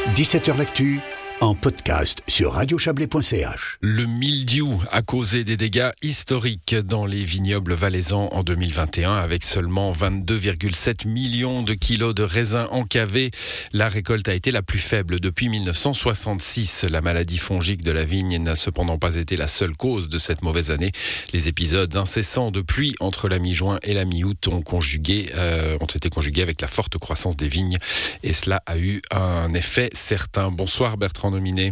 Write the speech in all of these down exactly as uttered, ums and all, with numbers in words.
dix-sept heures L'actu, en podcast sur radio chablais point c h. Le mildiou a causé des dégâts historiques dans les vignobles valaisans en deux mille vingt et un, avec seulement vingt-deux virgule sept millions de kilos de raisins encavés. La récolte a été la plus faible depuis mille neuf cent soixante-six. La maladie fongique de la vigne n'a cependant pas été la seule cause de cette mauvaise année. Les épisodes incessants de pluie entre la mi-juin et la mi-août ont, conjugué, euh, ont été conjugués avec la forte croissance des vignes, et cela a eu un effet certain. Bonsoir Bertrand Nominé.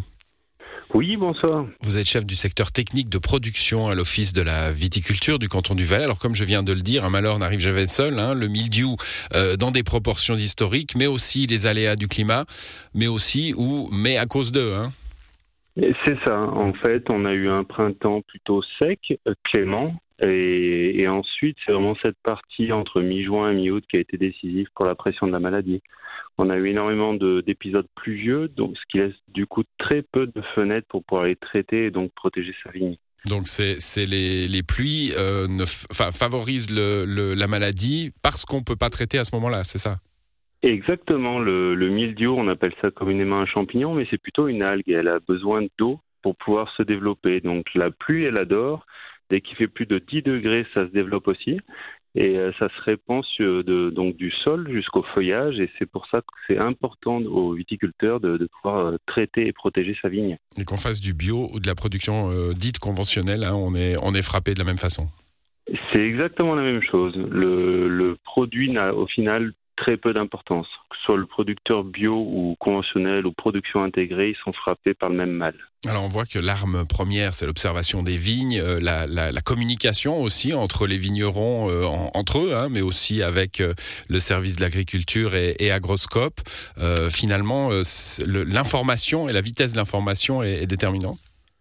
Oui, bonsoir. Vous êtes chef du secteur technique de production à l'Office de la viticulture du canton du Valais. Alors, comme je viens de le dire, un malheur n'arrive jamais seul. Hein, le mildiou, euh, dans des proportions historiques, mais aussi les aléas du climat, mais aussi, ou mais à cause d'eux. Hein. C'est ça. En fait, on a eu un printemps plutôt sec, euh, clément. Et, et ensuite, c'est vraiment cette partie entre mi-juin et mi-août qui a été décisive pour la pression de la maladie. On a eu énormément de, d'épisodes pluvieux, donc, ce qui laisse du coup très peu de fenêtres pour pouvoir les traiter et donc protéger sa vigne. Donc c'est, c'est les, les pluies euh, ne f- fa- favorisent le, le, la maladie parce qu'on ne peut pas traiter à ce moment-là, c'est ça ? Exactement. Le, le mildiou, on appelle ça communément un champignon, mais c'est plutôt une algue. Elle a besoin d'eau pour pouvoir se développer. Donc la pluie, elle adore. Dès qu'il fait plus de dix degrés, ça se développe aussi. Et ça se répand sur de, donc du sol jusqu'au feuillage, et c'est pour ça que c'est important aux viticulteurs de, de pouvoir traiter et protéger sa vigne. Et qu'on fasse du bio ou de la production euh, dite conventionnelle, hein, on est, on est frappé de la même façon. C'est exactement la même chose. Le, le produit n'a au final très peu d'importance. Que ce soit le producteur bio ou conventionnel ou production intégrée, ils sont frappés par le même mal. Alors on voit que l'arme première, c'est l'observation des vignes, euh, la, la, la communication aussi entre les vignerons, euh, en, entre eux, hein, mais aussi avec euh, le service de l'agriculture et, et Agroscope. Euh, finalement, euh, le, l'information et la vitesse de l'information est, est déterminante.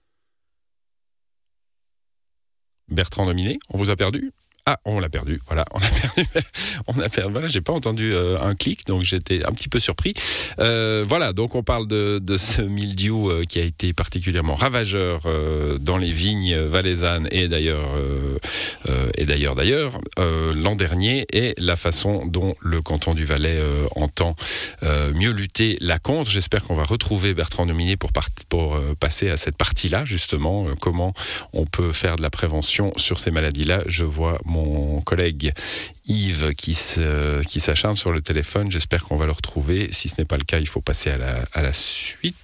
Bertrand Nominé, on vous a perdu ? Ah, on l'a perdu, voilà, on a perdu, on a perdu, voilà, j'ai pas entendu euh, un clic, donc j'étais un petit peu surpris. Euh, voilà, donc on parle de, de ce mildiou euh, qui a été particulièrement ravageur euh, dans les vignes valaisannes et d'ailleurs, euh, euh, et d'ailleurs, d'ailleurs, euh, l'an dernier, et la façon dont le canton du Valais euh, entend euh, mieux lutter là contre. J'espère qu'on va retrouver Bertrand Nominé pour, part- pour euh, passer à cette partie-là, justement, euh, comment on peut faire de la prévention sur ces maladies-là. Je vois mon collègue Yves qui, se, qui s'acharne sur le téléphone. J'espère qu'on va le retrouver. Si ce n'est pas le cas, il faut passer à la, à la suite.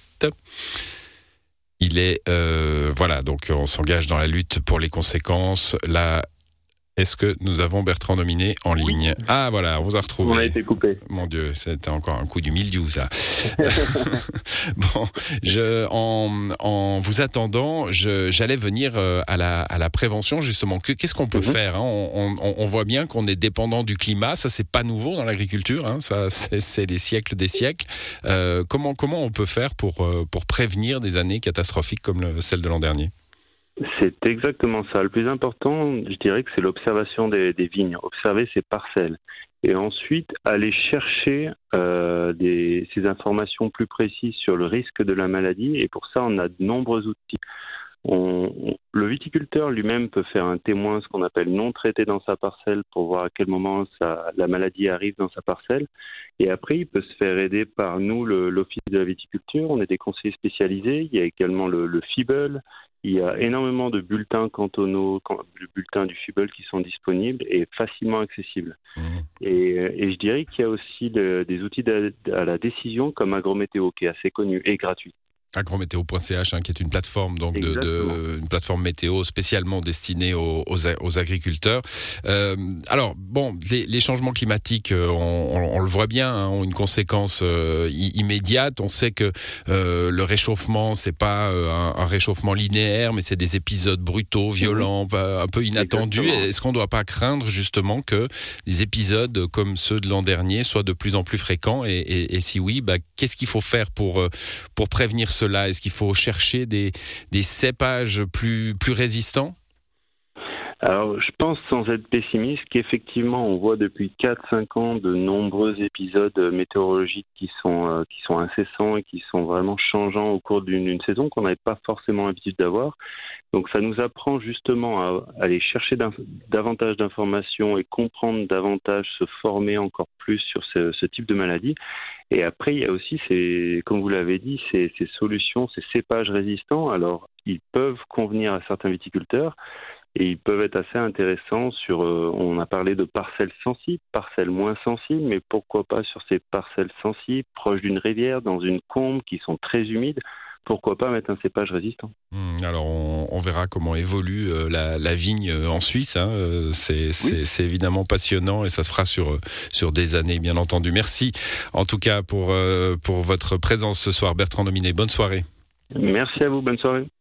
Il est... Euh, voilà, donc on s'engage dans la lutte pour les conséquences. Là, est-ce que nous avons Bertrand Nominé en ligne ? Oui. Ah voilà, on vous a retrouvé. On a été coupé. Mon Dieu, c'était encore un coup du mildiou, ça. Bon, je, en, en vous attendant, je, j'allais venir à la, à la prévention, justement. Que, qu'est-ce qu'on peut mm-hmm. faire, hein ? on, on, on voit bien qu'on est dépendant du climat. Ça, c'est pas nouveau dans l'agriculture. Hein. Ça, c'est, c'est les siècles des siècles. Euh, comment, comment on peut faire pour, pour prévenir des années catastrophiques comme le, celle de l'an dernier ? C'est exactement ça. Le plus important, je dirais que c'est l'observation des, des vignes, observer ces parcelles. Et ensuite, aller chercher euh, des, ces informations plus précises sur le risque de la maladie. Et pour ça, on a de nombreux outils. On, on, le viticulteur lui-même peut faire un témoin, ce qu'on appelle non traité dans sa parcelle, pour voir à quel moment ça, la maladie arrive dans sa parcelle. Et après, il peut se faire aider par nous, le, l'Office de la viticulture. On est des conseillers spécialisés. Il y a également le, le F I B L. Il y a énormément de bulletins cantonaux, de bulletins du F I B L qui sont disponibles et facilement accessibles. Mmh. Et, et je dirais qu'il y a aussi de, des outils à la décision comme Agrométéo, qui est assez connu et gratuit. agrométéo point c h, hein, qui est une plateforme donc de, de une plateforme météo spécialement destinée aux, aux, aux agriculteurs. Euh, alors bon, les, les changements climatiques, euh, on, on, on le voit bien, hein, ont une conséquence euh, immédiate. On sait que euh, le réchauffement, c'est pas euh, un, un réchauffement linéaire, mais c'est des épisodes brutaux, violents, mmh. un peu inattendus. Exactement. Est-ce qu'on ne doit pas craindre justement que des épisodes comme ceux de l'an dernier soient de plus en plus fréquents, et, et, et si oui, bah, qu'est-ce qu'il faut faire pour pour prévenir cela? Est-ce qu'il faut chercher des, des cépages plus, plus résistants ? Alors, je pense, sans être pessimiste, qu'effectivement, on voit depuis quatre cinq ans de nombreux épisodes météorologiques qui sont, euh, qui sont incessants et qui sont vraiment changeants au cours d'une, d'une saison qu'on n'avait pas forcément l'habitude d'avoir. Donc, ça nous apprend justement à, à aller chercher davantage d'informations et comprendre davantage, se former encore plus sur ce, ce type de maladie. Et après, il y a aussi, ces, comme vous l'avez dit, ces, ces solutions, ces cépages résistants. Alors, ils peuvent convenir à certains viticulteurs. Et ils peuvent être assez intéressants sur, euh, on a parlé de parcelles sensibles, parcelles moins sensibles, mais pourquoi pas sur ces parcelles sensibles, proches d'une rivière, dans une combe, qui sont très humides, pourquoi pas mettre un cépage résistant. Mmh, alors on, on verra comment évolue euh, la, la vigne euh, en Suisse, hein. c'est, c'est, oui. c'est évidemment passionnant et ça se fera sur, sur des années bien entendu. Merci en tout cas pour, euh, pour votre présence ce soir, Bertrand Dominé, bonne soirée. Merci à vous, bonne soirée.